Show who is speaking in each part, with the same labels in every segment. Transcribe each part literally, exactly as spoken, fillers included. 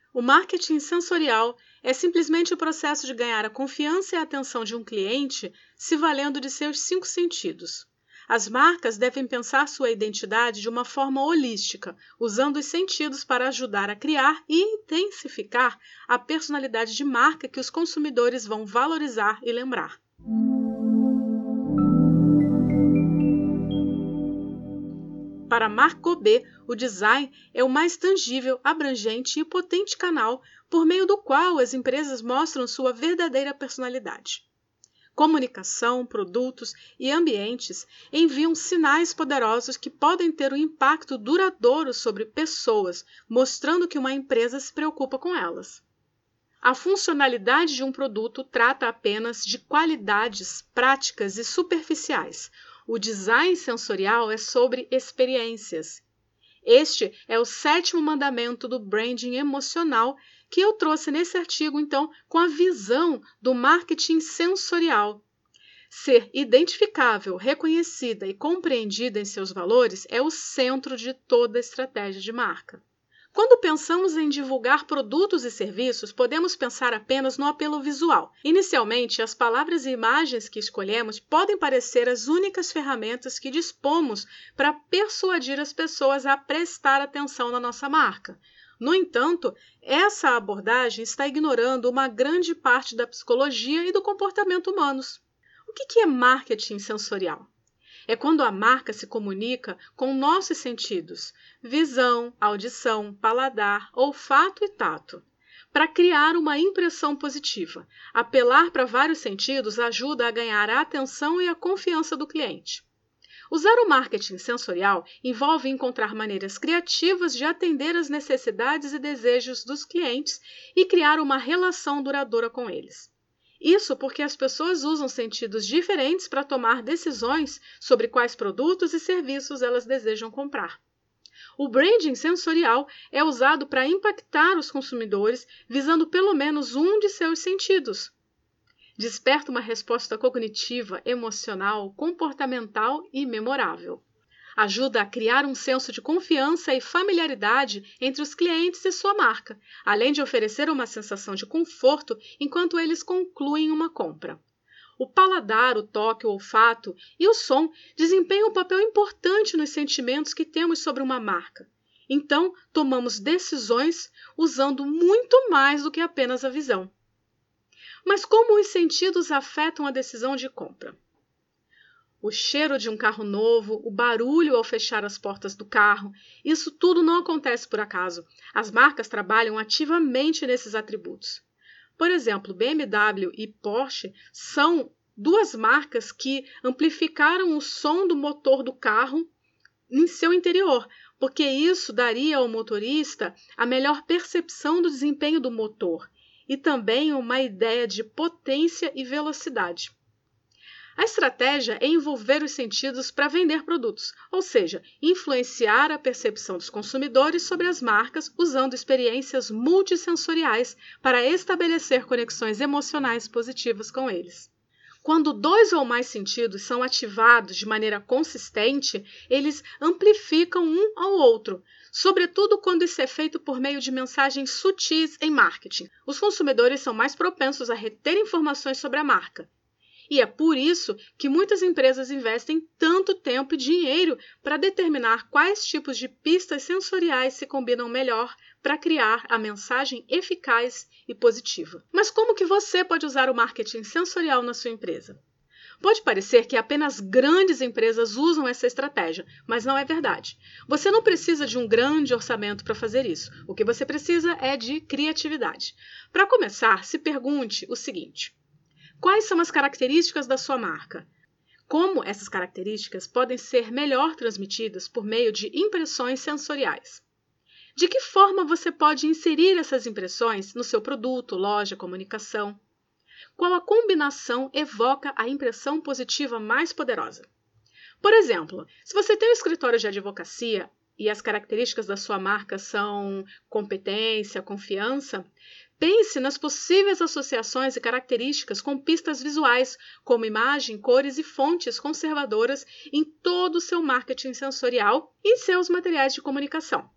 Speaker 1: O marketing sensorial é simplesmente o processo de ganhar a confiança e a atenção de um cliente se valendo de seus cinco sentidos. As marcas devem pensar sua identidade de uma forma holística, usando os sentidos para ajudar a criar e intensificar a personalidade de marca que os consumidores vão valorizar e lembrar. Para Marc Gobet, o design é o mais tangível, abrangente e potente canal por meio do qual as empresas mostram sua verdadeira personalidade. Comunicação, produtos e ambientes enviam sinais poderosos que podem ter um impacto duradouro sobre pessoas, mostrando que uma empresa se preocupa com elas. A funcionalidade de um produto trata apenas de qualidades práticas e superficiais. O design sensorial é sobre experiências. Este é o sétimo mandamento do branding emocional que eu trouxe nesse artigo, então, com a visão do marketing sensorial. Ser identificável, reconhecida e compreendida em seus valores é o centro de toda a estratégia de marca. Quando pensamos em divulgar produtos e serviços, podemos pensar apenas no apelo visual. Inicialmente, as palavras e imagens que escolhemos podem parecer as únicas ferramentas que dispomos para persuadir as pessoas a prestar atenção na nossa marca. No entanto, essa abordagem está ignorando uma grande parte da psicologia e do comportamento humanos. O que é marketing sensorial? É quando a marca se comunica com nossos sentidos, visão, audição, paladar, olfato e tato, para criar uma impressão positiva. Apelar para vários sentidos ajuda a ganhar a atenção e a confiança do cliente. Usar o marketing sensorial envolve encontrar maneiras criativas de atender às necessidades e desejos dos clientes e criar uma relação duradoura com eles. Isso porque as pessoas usam sentidos diferentes para tomar decisões sobre quais produtos e serviços elas desejam comprar. O branding sensorial é usado para impactar os consumidores visando pelo menos um de seus sentidos. Desperta uma resposta cognitiva, emocional, comportamental e memorável. Ajuda a criar um senso de confiança e familiaridade entre os clientes e sua marca, além de oferecer uma sensação de conforto enquanto eles concluem uma compra. O paladar, o toque, o olfato e o som desempenham um papel importante nos sentimentos que temos sobre uma marca. Então, tomamos decisões usando muito mais do que apenas a visão. Mas como os sentidos afetam a decisão de compra? O cheiro de um carro novo, o barulho ao fechar as portas do carro, isso tudo não acontece por acaso. As marcas trabalham ativamente nesses atributos. Por exemplo, B M W e Porsche são duas marcas que amplificaram o som do motor do carro em seu interior, porque isso daria ao motorista a melhor percepção do desempenho do motor e também uma ideia de potência e velocidade. A estratégia é envolver os sentidos para vender produtos, ou seja, influenciar a percepção dos consumidores sobre as marcas usando experiências multissensoriais para estabelecer conexões emocionais positivas com eles. Quando dois ou mais sentidos são ativados de maneira consistente, eles amplificam um ao outro, sobretudo quando isso é feito por meio de mensagens sutis em marketing. Os consumidores são mais propensos a reter informações sobre a marca. E é por isso que muitas empresas investem tanto tempo e dinheiro para determinar quais tipos de pistas sensoriais se combinam melhor para criar a mensagem eficaz e positiva. Mas como que você pode usar o marketing sensorial na sua empresa? Pode parecer que apenas grandes empresas usam essa estratégia, mas não é verdade. Você não precisa de um grande orçamento para fazer isso. O que você precisa é de criatividade. Para começar, se pergunte o seguinte: quais são as características da sua marca? Como essas características podem ser melhor transmitidas por meio de impressões sensoriais? De que forma você pode inserir essas impressões no seu produto, loja, comunicação? Qual a combinação evoca a impressão positiva mais poderosa? Por exemplo, se você tem um escritório de advocacia e as características da sua marca são competência, confiança, pense nas possíveis associações e características com pistas visuais, como imagem, cores e fontes conservadoras em todo o seu marketing sensorial e seus materiais de comunicação.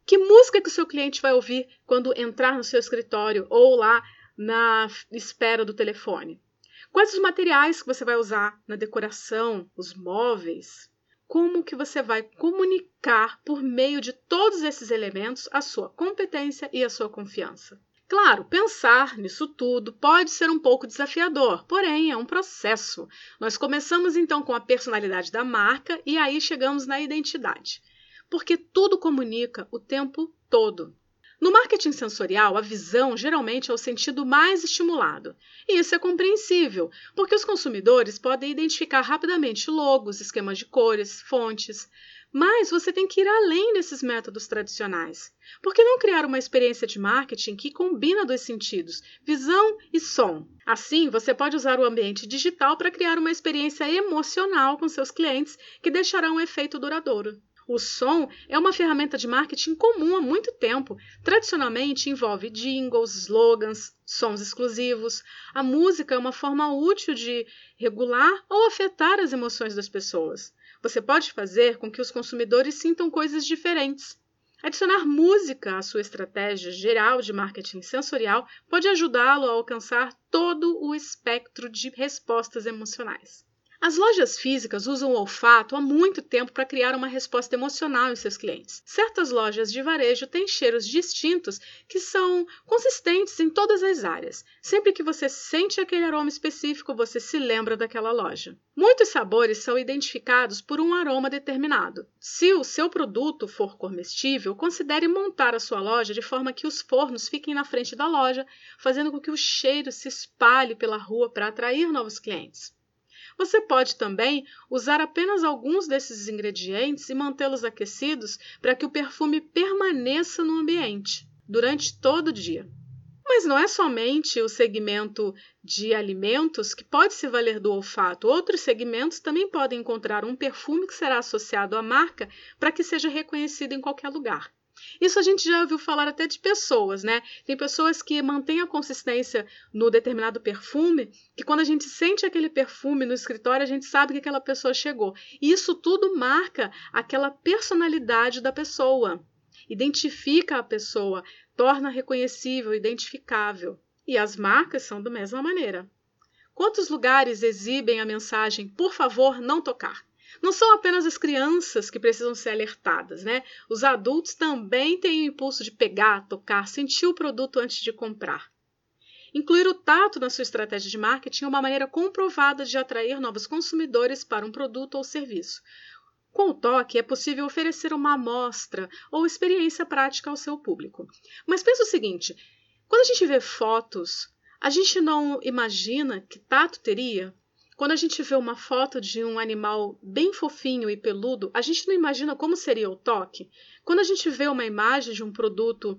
Speaker 1: Que música que o seu cliente vai ouvir quando entrar no seu escritório ou lá na espera do telefone? Quais os materiais que você vai usar na decoração, os móveis? Como que você vai comunicar por meio de todos esses elementos a sua competência e a sua confiança? Claro, pensar nisso tudo pode ser um pouco desafiador, porém é um processo. Nós começamos então com a personalidade da marca e aí chegamos na identidade, porque tudo comunica o tempo todo. No marketing sensorial, a visão geralmente é o sentido mais estimulado. E isso é compreensível, porque os consumidores podem identificar rapidamente logos, esquemas de cores, fontes. Mas você tem que ir além desses métodos tradicionais. Por que não criar uma experiência de marketing que combina dois sentidos, visão e som? Assim, você pode usar o ambiente digital para criar uma experiência emocional com seus clientes que deixará um efeito duradouro. O som é uma ferramenta de marketing comum há muito tempo. Tradicionalmente envolve jingles, slogans, sons exclusivos. A música é uma forma útil de regular ou afetar as emoções das pessoas. Você pode fazer com que os consumidores sintam coisas diferentes. Adicionar música à sua estratégia geral de marketing sensorial pode ajudá-lo a alcançar todo o espectro de respostas emocionais. As lojas físicas usam o olfato há muito tempo para criar uma resposta emocional em seus clientes. Certas lojas de varejo têm cheiros distintos que são consistentes em todas as áreas. Sempre que você sente aquele aroma específico, você se lembra daquela loja. Muitos sabores são identificados por um aroma determinado. Se o seu produto for comestível, considere montar a sua loja de forma que os fornos fiquem na frente da loja, fazendo com que o cheiro se espalhe pela rua para atrair novos clientes. Você pode também usar apenas alguns desses ingredientes e mantê-los aquecidos para que o perfume permaneça no ambiente durante todo o dia. Mas não é somente o segmento de alimentos que pode se valer do olfato. Outros segmentos também podem encontrar um perfume que será associado à marca para que seja reconhecido em qualquer lugar. Isso a gente já ouviu falar até de pessoas, né? Tem pessoas que mantêm a consistência no determinado perfume, que quando a gente sente aquele perfume no escritório, a gente sabe que aquela pessoa chegou. E isso tudo marca aquela personalidade da pessoa, identifica a pessoa, torna reconhecível, identificável. E as marcas são da mesma maneira. Quantos lugares exibem a mensagem, por favor, não tocar? Não são apenas as crianças que precisam ser alertadas, né? Os adultos também têm o impulso de pegar, tocar, sentir o produto antes de comprar. Incluir o tato na sua estratégia de marketing é uma maneira comprovada de atrair novos consumidores para um produto ou serviço. Com o toque, é possível oferecer uma amostra ou experiência prática ao seu público. Mas pensa o seguinte, quando a gente vê fotos, a gente não imagina que tato teria? Quando a gente vê uma foto de um animal bem fofinho e peludo, a gente não imagina como seria o toque. Quando a gente vê uma imagem de um produto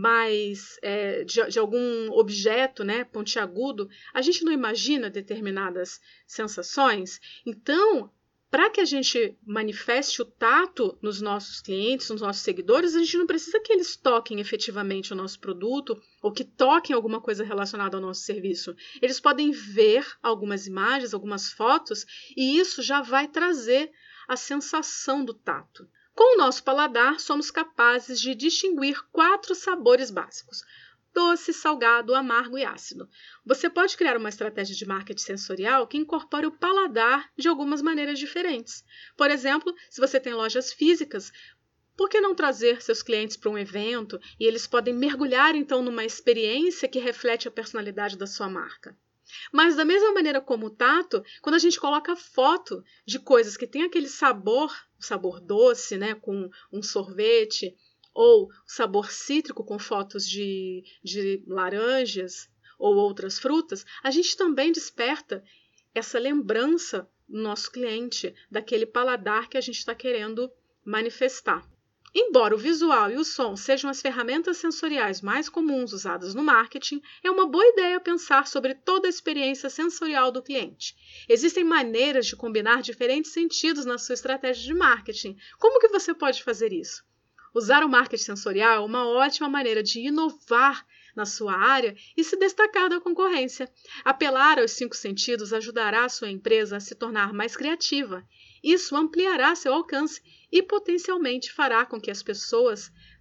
Speaker 1: mais é, de, de algum objeto, né, pontiagudo, a gente não imagina determinadas sensações. Então, para que a gente manifeste o tato nos nossos clientes, nos nossos seguidores, a gente não precisa que eles toquem efetivamente o nosso produto ou que toquem alguma coisa relacionada ao nosso serviço. Eles podem ver algumas imagens, algumas fotos, e isso já vai trazer a sensação do tato. Com o nosso paladar, somos capazes de distinguir quatro sabores básicos: doce, salgado, amargo e ácido. Você pode criar uma estratégia de marketing sensorial que incorpore o paladar de algumas maneiras diferentes. Por exemplo, se você tem lojas físicas, por que não trazer seus clientes para um evento e eles podem mergulhar então numa experiência que reflete a personalidade da sua marca? Mas da mesma maneira como o tato, quando a gente coloca foto de coisas que têm aquele sabor, sabor doce, né, com um sorvete, ou sabor cítrico com fotos de, de laranjas ou outras frutas, a gente também desperta essa lembrança no nosso cliente, daquele paladar que a gente está querendo manifestar. Embora o visual e o som sejam as ferramentas sensoriais mais comuns usadas no marketing, é uma boa ideia pensar sobre toda a experiência sensorial do cliente. Existem maneiras de combinar diferentes sentidos na sua estratégia de marketing. Como que você pode fazer isso? Usar o marketing sensorial é uma ótima maneira de inovar na sua área e se destacar da concorrência. Apelar aos cinco sentidos ajudará a sua empresa a se tornar mais criativa. Isso ampliará seu alcance e potencialmente fará com que as pessoas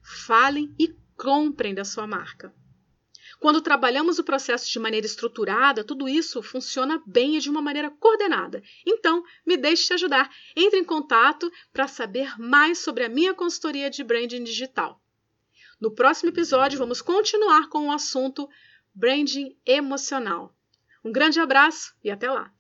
Speaker 1: falem e comprem da sua marca. Quando trabalhamos o processo de maneira estruturada, tudo isso funciona bem e de uma maneira coordenada. Então, me deixe te ajudar. Entre em contato para saber mais sobre a minha consultoria de branding digital. No próximo episódio, vamos continuar com o assunto branding emocional. Um grande abraço e até lá!